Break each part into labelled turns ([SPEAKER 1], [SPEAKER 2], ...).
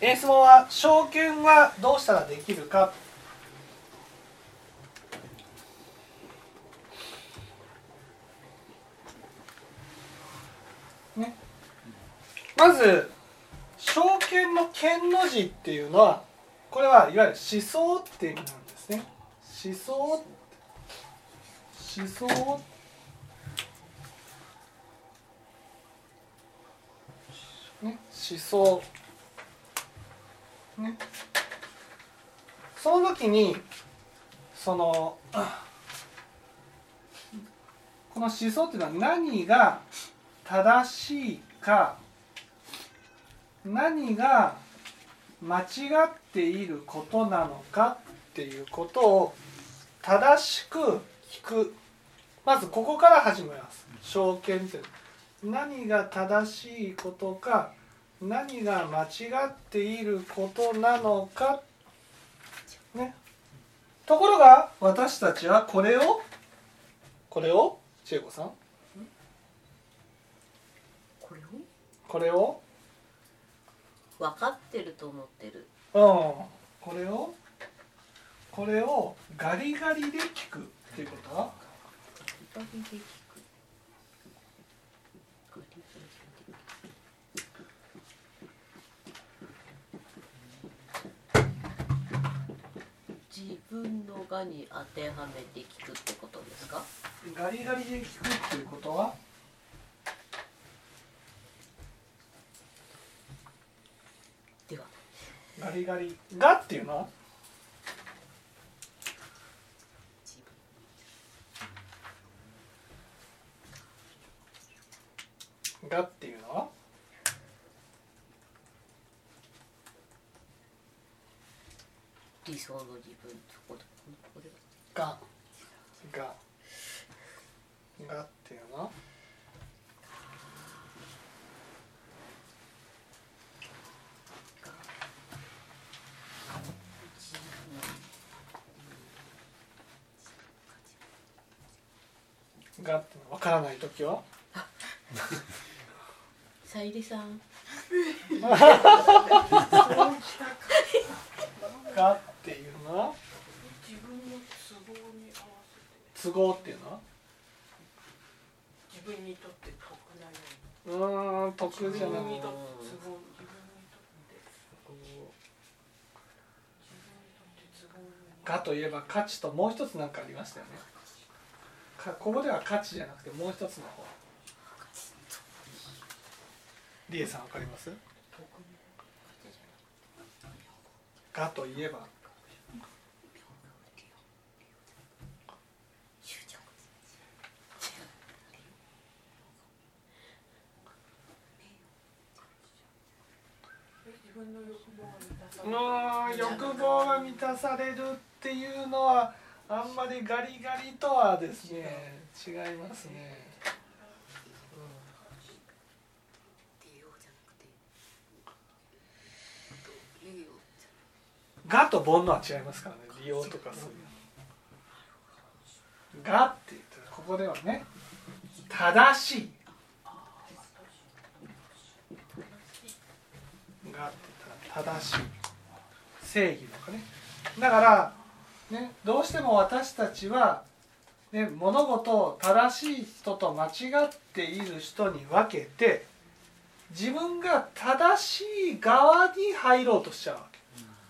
[SPEAKER 1] 質問は証券はどうしたらできるか。ね、まず証券の権の字っていうのはこれはいわゆる思想っていう意味なんですね。思想ね、思想ね、その時にこの思想っていうのは何が正しいか、何が間違っていることなのかっていうことを正しく聞く。まずここから始めます。証券って何が正しいことか、何が間違っていることなのか、ね、ところが私たちはこれを千恵子さん、これを
[SPEAKER 2] 分かってると思ってる。
[SPEAKER 1] これをガリガリで聞くっていうことは、
[SPEAKER 2] ガリガリで聞く。自分のがに当てはめて聞くってことですか？
[SPEAKER 1] ガリガリで聞くっていうことは、
[SPEAKER 2] では
[SPEAKER 1] ガリガリがっていうのはがっていうのは
[SPEAKER 2] 理想の自分。
[SPEAKER 1] がっていうのはがっていうのは分からないときは
[SPEAKER 2] さゆりさん
[SPEAKER 1] がっていうのは
[SPEAKER 3] 自分の都合に合わせて、
[SPEAKER 1] 都合っていうのは
[SPEAKER 3] 自分にとって得なように、
[SPEAKER 1] 得じゃなくて
[SPEAKER 3] 自分にとって
[SPEAKER 1] がといえば価値ともう一つなんかありましたよね。ここでは価値じゃなくてもう一つの方。リエさんわかります？がといえば欲望が満たされるっていうのはあんまりガリガリとはですね違いますね。がと煩悩は違いますからね。利用とかそういうがって言ったらここではね正しいがって言ったら正しい正義とかね。だからね、どうしても私たちは、ね、物事を正しい人と間違っている人に分けて自分が正しい側に入ろうとしちゃうわけ。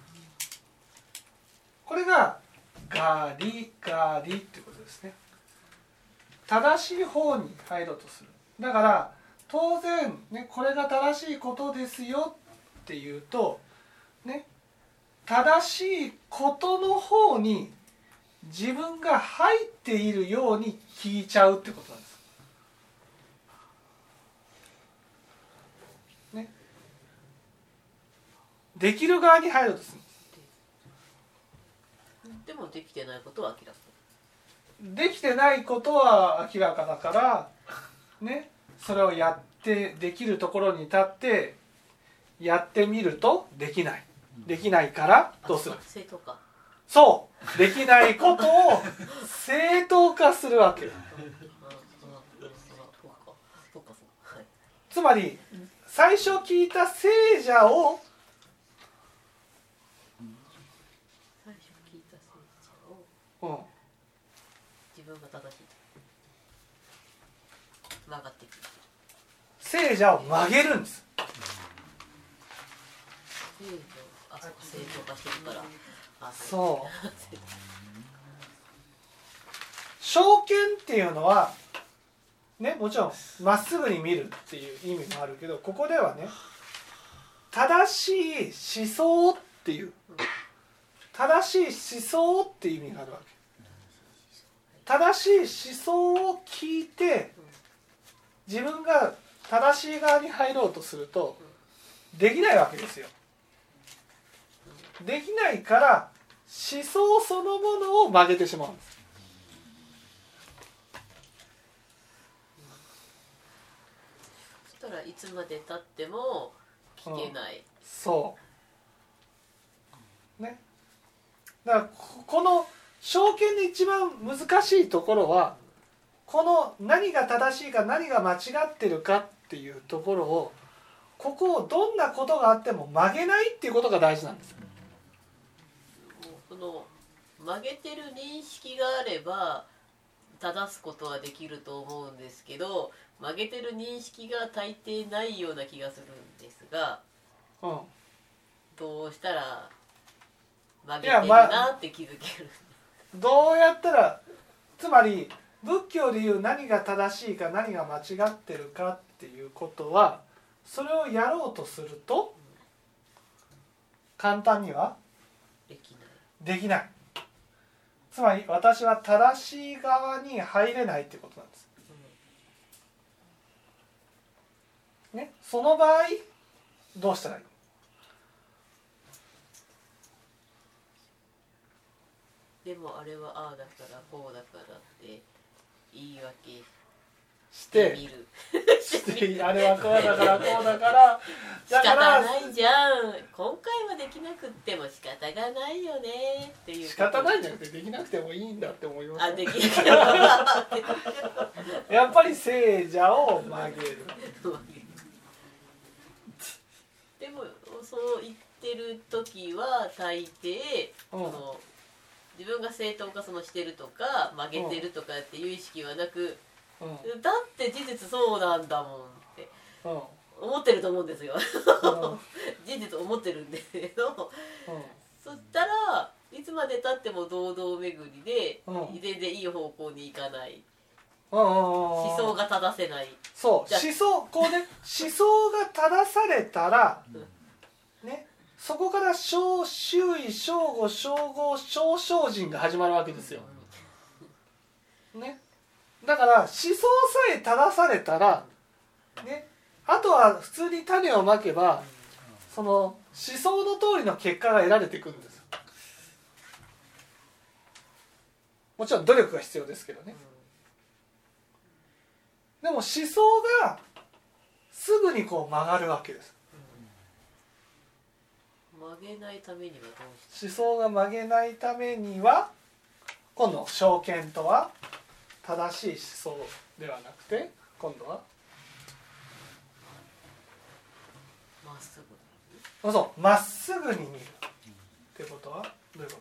[SPEAKER 1] これがガリガリってことですね。正しい方に入ろうとする。だから当然、ね、これが正しいことですよっていうとね、正しいことの方に自分が入っているように聞いちゃうってことなんです。ね、できる側に入ろうとする。
[SPEAKER 2] でもできてないことは明らか。
[SPEAKER 1] できてないことは明らかだからね、それをやってできるところに立ってやってみるとできない。できないからどうする？
[SPEAKER 2] 正当化。
[SPEAKER 1] そう、できないことを正当化するわけ。つまり最初聞いた聖者を
[SPEAKER 2] 分が正しい。曲がってくる。
[SPEAKER 1] 聖者を曲げるんです。
[SPEAKER 2] あ、そうか、正当化してるから。あ、
[SPEAKER 1] そう正見っていうのはね、もちろんまっすぐに見るっていう意味もあるけど、ここではね、正しい思想っていう、正しい思想っていう意味があるわけ。正しい思想を聞いて自分が正しい側に入ろうとするとできないわけですよ。できないから思想そのものを曲げてしまうんです。
[SPEAKER 2] そしたらいつまで経っても聞けない、
[SPEAKER 1] そうね。だからこの正見で一番難しいところは、この何が正しいか何が間違ってるかっていうところを、ここをどんなことがあっても曲げないっていうことが大事なんです。
[SPEAKER 2] この曲げてる認識があれば正すことはできると思うんですけど、曲げてる認識が大抵ないような気がするんですが、どうしたら曲げてるなって気づける、
[SPEAKER 1] どうやったら、つまり仏教でいう何が正しいか何が間違ってるかっていうことは、それをやろうとすると簡単にはできない。つまり私は正しい側に入れないってことなんです、ね。その場合どうしたらいい？
[SPEAKER 2] でもあれはああだからこうだからって言い訳
[SPEAKER 1] して
[SPEAKER 2] みる
[SPEAKER 1] あれはこうだからこうだから
[SPEAKER 2] 仕方ないじゃん、今回はできなくっても仕方がないよねっていう。
[SPEAKER 1] 仕方ないんじゃなくてできなくてもいいんだって思います。
[SPEAKER 2] あ、できなくても
[SPEAKER 1] やっぱり聖者を曲げる
[SPEAKER 2] でもそう言ってる時は大抵、自分が正当化してるとか曲げてるとかっていう意識はなく、だって事実そうなんだもんって思ってると思うんですよ事実思ってるんですけど、そしたらいつまでたっても堂々巡りで、全然いい方向に行かない、思想が正せない。
[SPEAKER 1] そう思想、こうね、思想が正されたらね、そこから周囲正語正号正精進が始まるわけですよ、ね。だから思想さえ正されたらね、あとは普通に種をまけばその思想の通りの結果が得られてくるんです。もちろん努力が必要ですけどね。でも思想がすぐにこう曲がるわけです。
[SPEAKER 2] 曲げないためにはどうして？
[SPEAKER 1] 思想が曲げないためには、今度正見とは正しい思想ではなくて、今度は
[SPEAKER 2] まっす
[SPEAKER 1] ぐ、そうまっすぐに見るってことはどういうこと？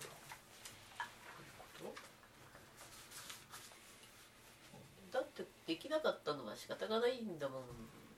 [SPEAKER 2] だってできなかったのは仕方がないんだもん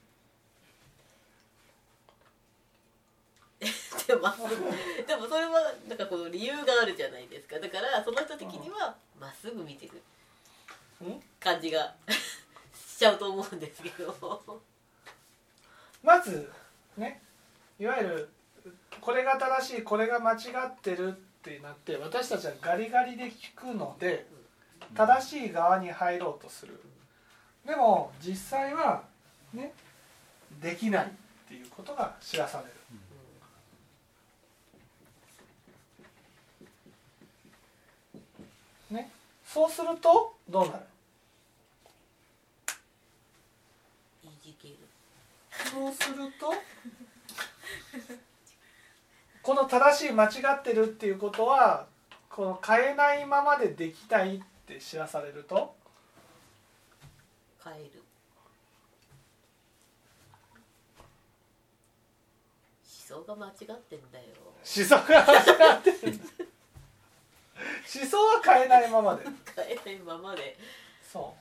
[SPEAKER 2] でもそれはなんかこの理由があるじゃないですか。だからその人的にはまっすぐ見てる感じがしちゃうと思うんですけど
[SPEAKER 1] まずね、いわゆるこれが正しいこれが間違ってるってなって私たちはガリガリで聞くので正しい側に入ろうとする。でも実際はね、できないっていうことが知らされる。ね、そうするとどうなる？
[SPEAKER 2] いじける。
[SPEAKER 1] そうするとこの正しい間違ってるっていうことはこの変えないままでできないって知らされると
[SPEAKER 2] 変える。思想が間違ってんだよ。
[SPEAKER 1] 思想が間違ってる想は変えないままで。
[SPEAKER 2] 変えないままで。
[SPEAKER 1] そ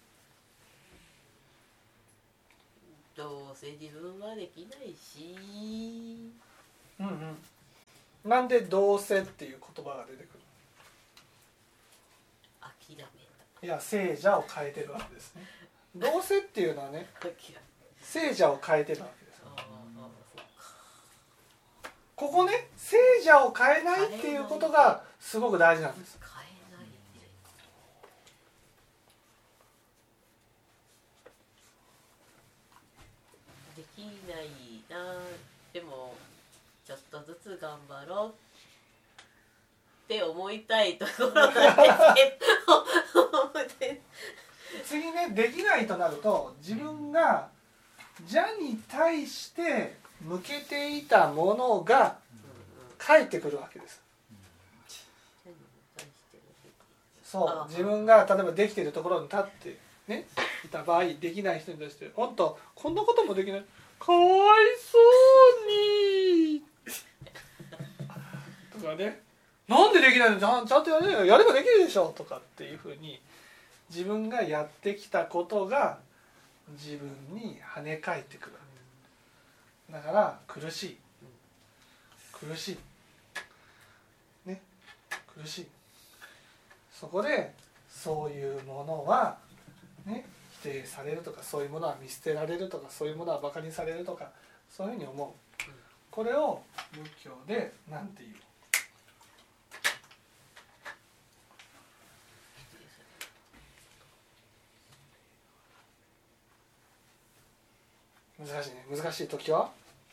[SPEAKER 2] どうせ自分はできないし。
[SPEAKER 1] う。うんうん。なんでどうせっていう言葉が出てくる？
[SPEAKER 2] 諦めた。
[SPEAKER 1] いや、聖者を変えてるわけですね。どうせっていうのはね、
[SPEAKER 2] 諦め
[SPEAKER 1] 聖者を変えてるわけです。
[SPEAKER 2] た。ああ、そうか。
[SPEAKER 1] ここね、聖者を変えないっていうことがすごく大事なんです。
[SPEAKER 2] 変えないで。できないな。でもちょっとずつ頑張ろうって思いたいところなんですけど
[SPEAKER 1] 次ね、できないとなると、自分が邪に対して向けていたものが返ってくるわけです。そう、自分が例えばできているところに立ってね、いた場合、できない人に対して「ほんとこんなこともできない、かわいそうに」とかね「なんでできないの？ちゃんとやれよ、やればできるでしょ」とかっていうふうに、自分がやってきたことが自分に跳ね返ってくる。だから苦しい苦しいね、苦しい。そこでそういうものはね、否定されるとか、そういうものは見捨てられるとか、そういうものはバカにされるとか、そういうふうに思う。これを仏教で何て言う？難しいね。難しい時は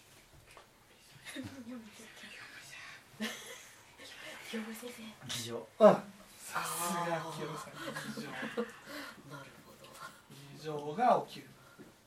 [SPEAKER 2] 議場。
[SPEAKER 1] うん、さすが清さん、議場。
[SPEAKER 2] なるほど。
[SPEAKER 1] 議場が起きる。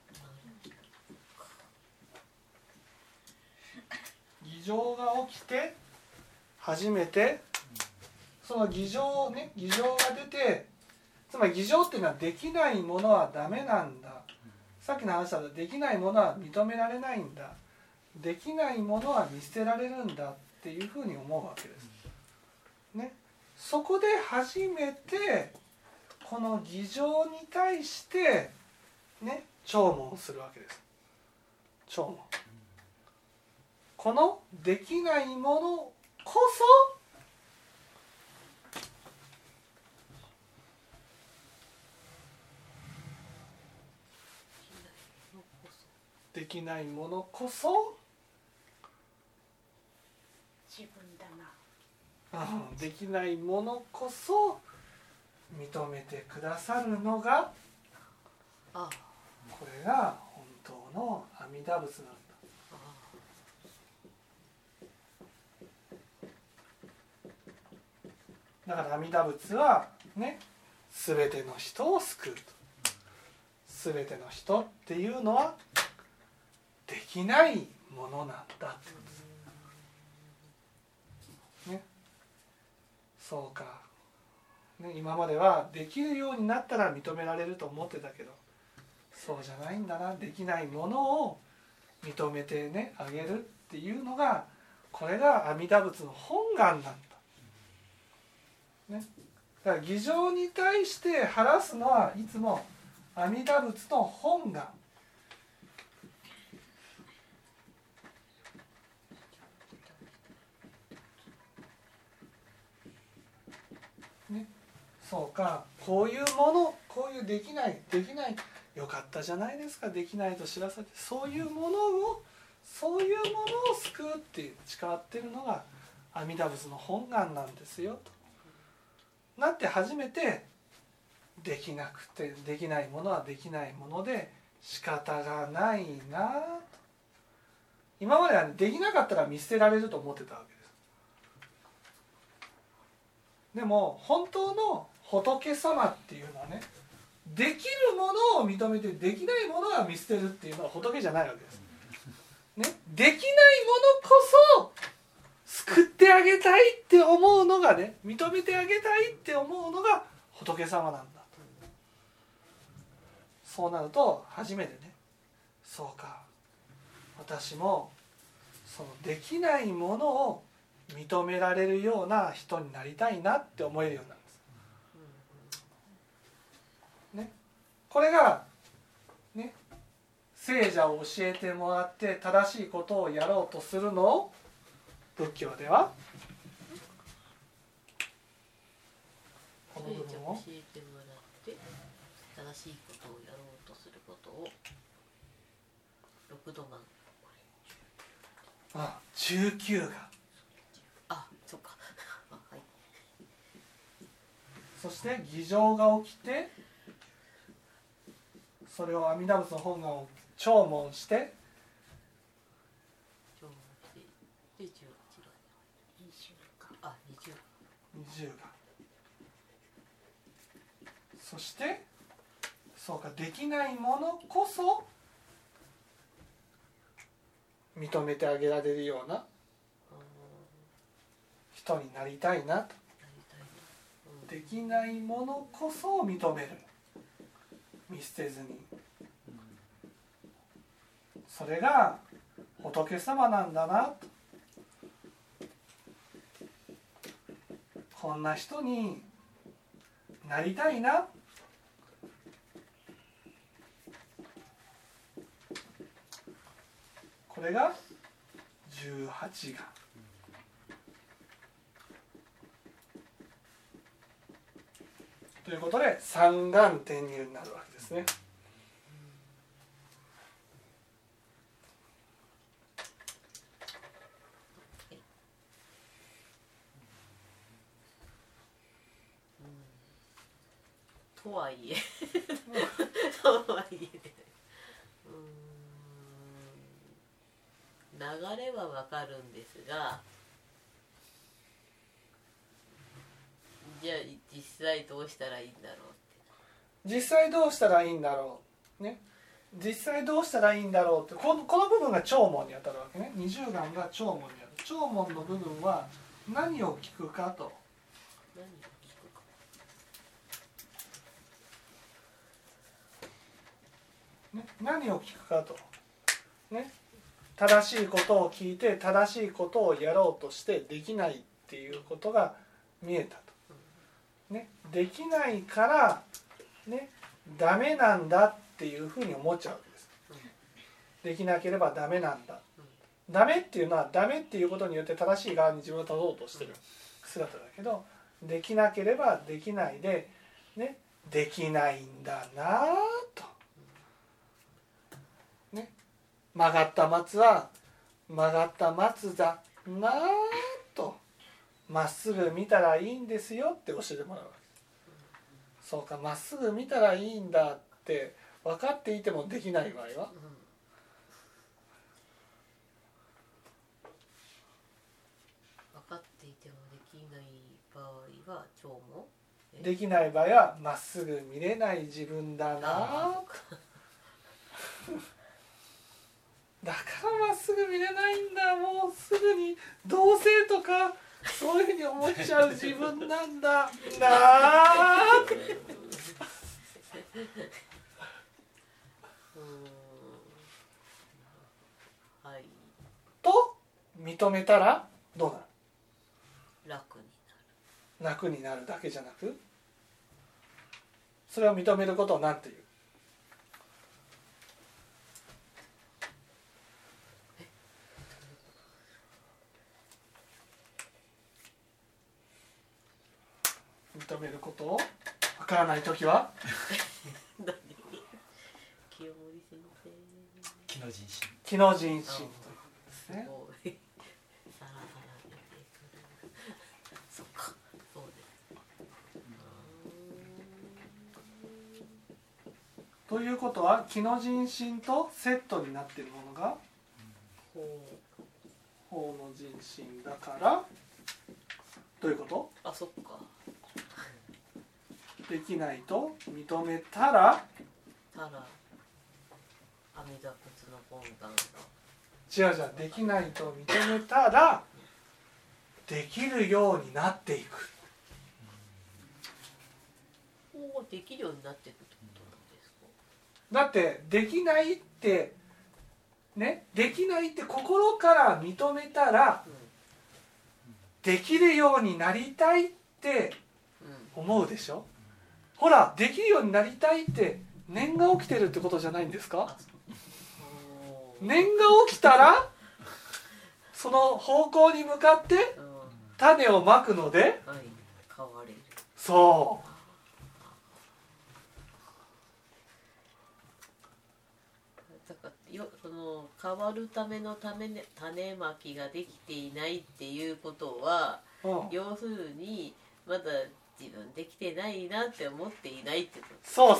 [SPEAKER 1] 議場が起きて初めて、その議場ね、議場が出て、つまり議場っていうのはできないものはダメなんだ。さっきの話だと、できないものは認められないんだ。できないものは見捨てられるんだっていうふうに思うわけです。ね、そこで初めてこの議場に対してね、聴聞をするわけです。聴聞。このできないものこそできないものこそ
[SPEAKER 3] 自分だな。
[SPEAKER 1] できないものこそ認めてくださるのが、これが本当の阿弥陀仏なんだ。だから阿弥陀仏はね、全ての人を救うと。全ての人っていうのはできないものなんだってことです。ね、そうか、ね、今まではできるようになったら認められると思ってたけど、そうじゃないんだな。できないものを認めてね、あげるっていうのが、これが阿弥陀仏の本願なんだ。ね、だから議場に対して晴らすのはいつも阿弥陀仏の本願。ね、そうか、こういうもの、こういうできない、できない、よかったじゃないですか、できないと知らされて、そういうものを救うって誓ってるのが阿弥陀仏の本願なんですよとなって、初めてできなくて、できないものはできないもので仕方がないなと。今までは、ね、できなかったら見捨てられると思ってたわけです。でも本当の仏様っていうのはね、できるものを認めて、できないものは見捨てるっていうのは仏じゃないわけです。ね、できないものこそ救ってあげたいって思うのがね、認めてあげたいって思うのが仏様なんだと。そうなると初めてね、そうか、私もそのできないものを認められるような人になりたいなって思えるようになるんです、ね、これが、ね、聖者を教えてもらって正しいことをやろうとするのを仏教ではこの部分を
[SPEAKER 2] 教えてもらって正しいことをやろうとすることを6度満。
[SPEAKER 1] 19が
[SPEAKER 2] そっかはい。
[SPEAKER 1] そして議場が起きてそれを阿弥陀仏の本願を聴聞して
[SPEAKER 2] で18が
[SPEAKER 1] 20がそしてそうかできないものこそ認めてあげられるような人になりたいなと。できないものこそを認める、見捨てずに。それが仏様なんだなと。こんな人になりたいな。これが18が。ということで三眼転入になるわけですね。
[SPEAKER 2] とはいえとはいえ流れはわかるんですが、じゃあ実際どうしたらいいんだろうって。
[SPEAKER 1] 実際どうしたらいいんだろうね。実際どうしたらいいんだろうってこの部分が聴聞にあたるわけね。二十眼が聴聞にある。聴聞の部分は何を聞くかと。
[SPEAKER 2] 何を聞くか。
[SPEAKER 1] ね、何を聞くかと。ね。正しいことを聞いて正しいことをやろうとしてできないっていうことが見えたと。ね、できないから、ね、ダメなんだっていうふうに思っちゃうわけです。できなければダメなんだ。ダメっていうのはダメっていうことによって正しい側に自分を立とうとしてる姿だけど、できなければできないで、ね、できないんだなと、ね、曲がった松は曲がった松だなとまっすぐ見たらいいんですよって教えてもらうわけです。そうか、まっすぐ見たらいいんだって分かっていてもできない場合は、
[SPEAKER 2] 分かっていてもできない場合は聴聞
[SPEAKER 1] できない場合はまっすぐ見れない自分だなだからまっすぐ見れないんだ、もうすぐに同性とかそういうふうに思っちゃう自分なんだな
[SPEAKER 2] はい
[SPEAKER 1] と認めたらどうなる？
[SPEAKER 2] 楽に
[SPEAKER 1] 楽になるだけじゃなく、それを認めることを何て言う？認めることをわからないときは
[SPEAKER 2] なる。清盛先生。
[SPEAKER 4] 気の人心。
[SPEAKER 1] 気の人心ということですね。
[SPEAKER 2] さらさら出てくる。そっか、そうです。
[SPEAKER 1] ということは気の人心とセットになっているものが法の人心だからどういうこと？
[SPEAKER 2] あ、そっか。
[SPEAKER 1] できないと認めたら
[SPEAKER 2] ただ阿弥陀仏の本願が
[SPEAKER 1] 違うできないと認めたらできるようになっていく。
[SPEAKER 2] できるようになっていくってことなんですか？
[SPEAKER 1] だってできないってね、できないって心から認めたら、 できるようになりたいって思うでしょ。ほらできるようになりたいって念が起きてるってことじゃないんですか。念が起きたらその方向に向かって種をまくので、
[SPEAKER 2] はい、変われる。
[SPEAKER 1] そう
[SPEAKER 2] だからその変わるための種まきができていないっていうことは、要するにまだ自分できてないなって思っていないってこと。
[SPEAKER 1] そう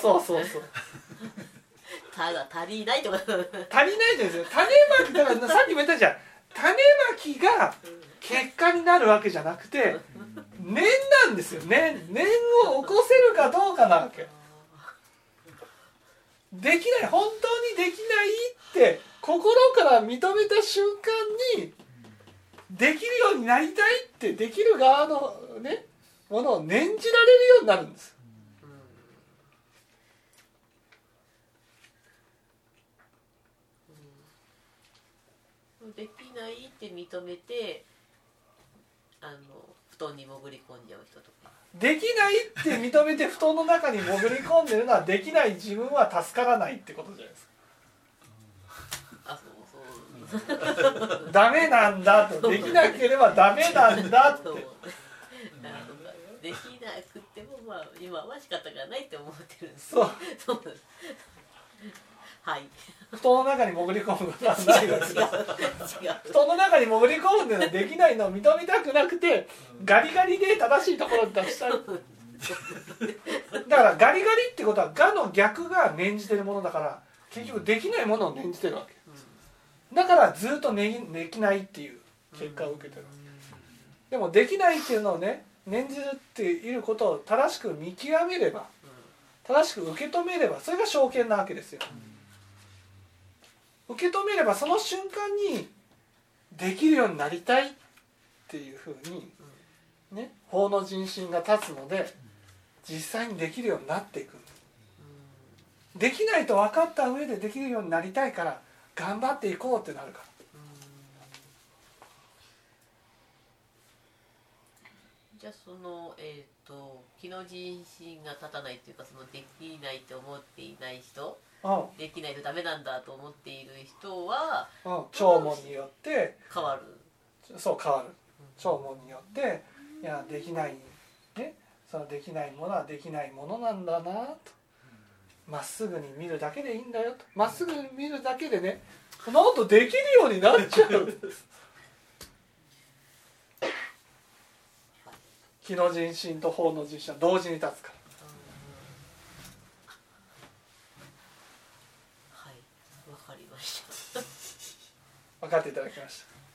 [SPEAKER 2] ただ足りないとか
[SPEAKER 1] 足りないですよ。種まきだからさっきも言ったじゃん、種まきが結果になるわけじゃなくて念なんですよ。念を起こせるかどうかなわけ。できない、本当にできないって心から認めた瞬間にできるようになりたいってできる側のねものを念じられるようになるんです。
[SPEAKER 2] できないって認めて布団に潜り込んじゃう人とか。
[SPEAKER 1] できないって認めて布団の中に潜り込んでるのはできない自分は助からないってことじゃないですか。
[SPEAKER 2] あ、そう
[SPEAKER 1] ダメなんだと、できなければダメなんだって。
[SPEAKER 2] できなくてもまあ今は仕方がないって思ってるんです。
[SPEAKER 1] そう
[SPEAKER 2] はい。
[SPEAKER 1] 布団の中に潜り込むことはないわけです。布団の中に潜り込むのはできないのを認めたくなくてガリガリで正しいところに出したい。だからガリガリってことはガの逆が念じてるものだから結局できないものを念じてるわけ。だからずっとできないっていう結果を受けてるわけ。でもできないっていうのをね念じるっていうことを正しく見極めれば正しく受け止めればそれが正見なわけですよ。受け止めればその瞬間にできるようになりたいっていうふうにね法の人心が立つので実際にできるようになっていく。できないと分かった上でできるようになりたいから頑張っていこうってなるから。
[SPEAKER 2] じゃあその気の人心が立たないっていうかそのできないと思っていない人、できないとダメなんだと思っている人は、
[SPEAKER 1] 聴聞によって
[SPEAKER 2] 変わる。
[SPEAKER 1] そう変わる。聴聞によっていやできないねそのできないものはできないものなんだなとまっすぐに見るだけでいいんだよとまっすぐに見るだけでねなんとできるようになっちゃうんです。気の人心と法の人心は同時に立つから。
[SPEAKER 2] はい、わかりました。
[SPEAKER 1] 分かっていただきました。